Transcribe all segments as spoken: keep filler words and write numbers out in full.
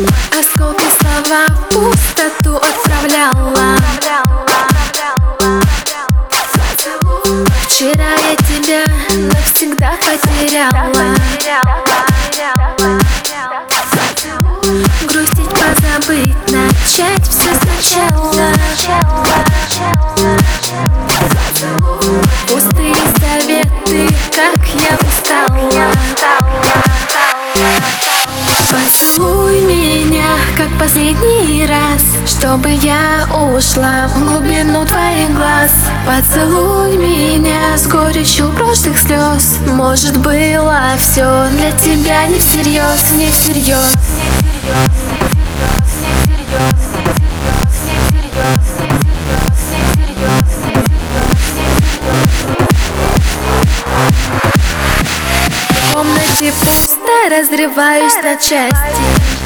Осколки слова в пустоту отправляла. Вчера я тебя навсегда потеряла. Грустить, позабыть, начать все сначала. Пустые советы, как я устала. Поцелуй меня, как последний раз, чтобы я ушла в глубину твоих глаз. Поцелуй меня с горечью прошлых слез. Может, было все для тебя не всерьез, не всерьез. В комнате пусто, разрываюсь на части.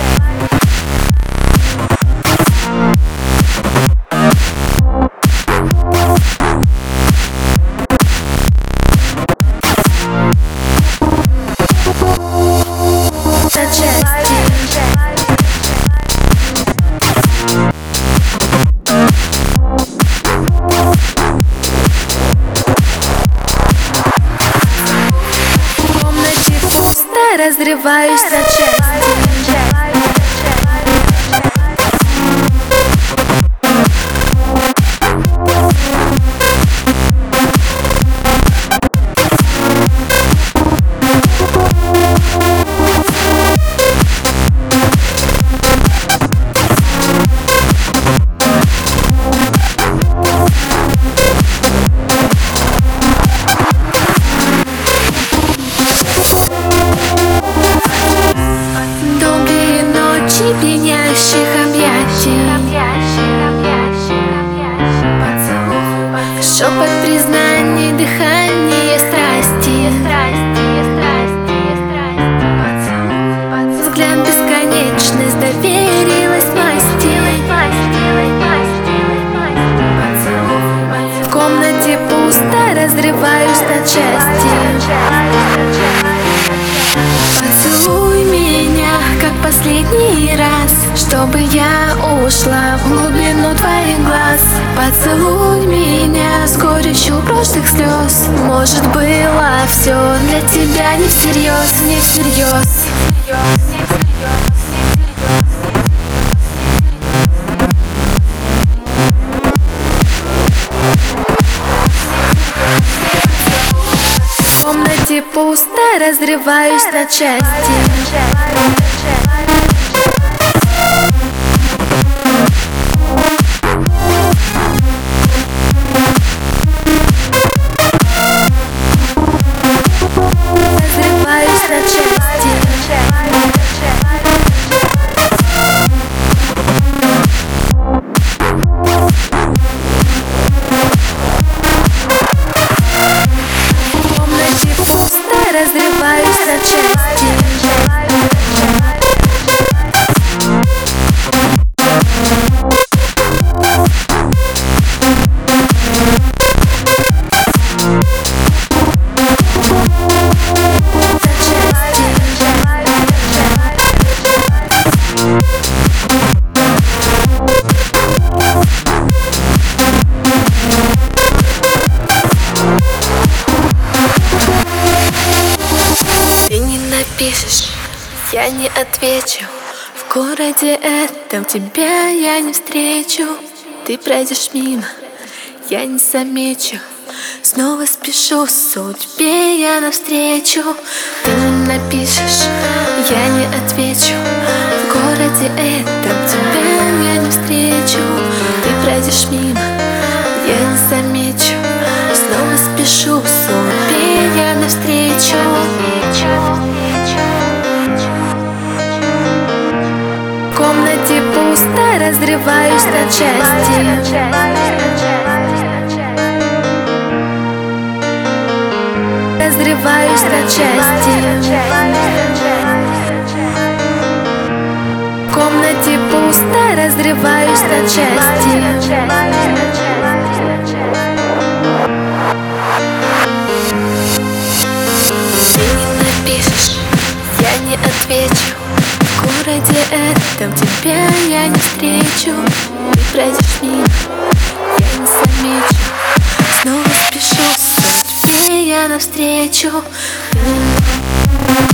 На части. В комнате пусто, разрываюсь на части. Пьянящих объятий, шепот признаний, дыхание страсти, взгляд бесконечность, доверилась масти. В комнате пусто, разрываюсь на части. Поцелуй меня, как последний раз, чтобы я ушла в глубину твоих глаз. Поцелуй меня с горечью прошлых слез. Может, было все для тебя не всерьез, не всерьез. В комнате пусто, разрываюсь на части. Разрываюсь на части. В комнате пусто, разрываюсь на части. Ты не напишешь, я не отвечу. В городе этом тебя я не встречу. Ты пройдешь мимо, я не замечу. Снова спешу судьбе я навстречу. Ты не напишешь, я не отвечу. В городе этом тебя я не встречу. Ты пройдешь мимо, я не замечу. Снова спешу судьбе я навстречу. В комнате пусто, разрываюсь на части. Разрываюсь на части. В комнате пусто, разрываюсь на части. Ты не напишешь, я не отвечу. городе этом тебя я не встречу. Ты пройдешь мимо, я не замечу. Снова спешу, но тебе я навстречу. Ты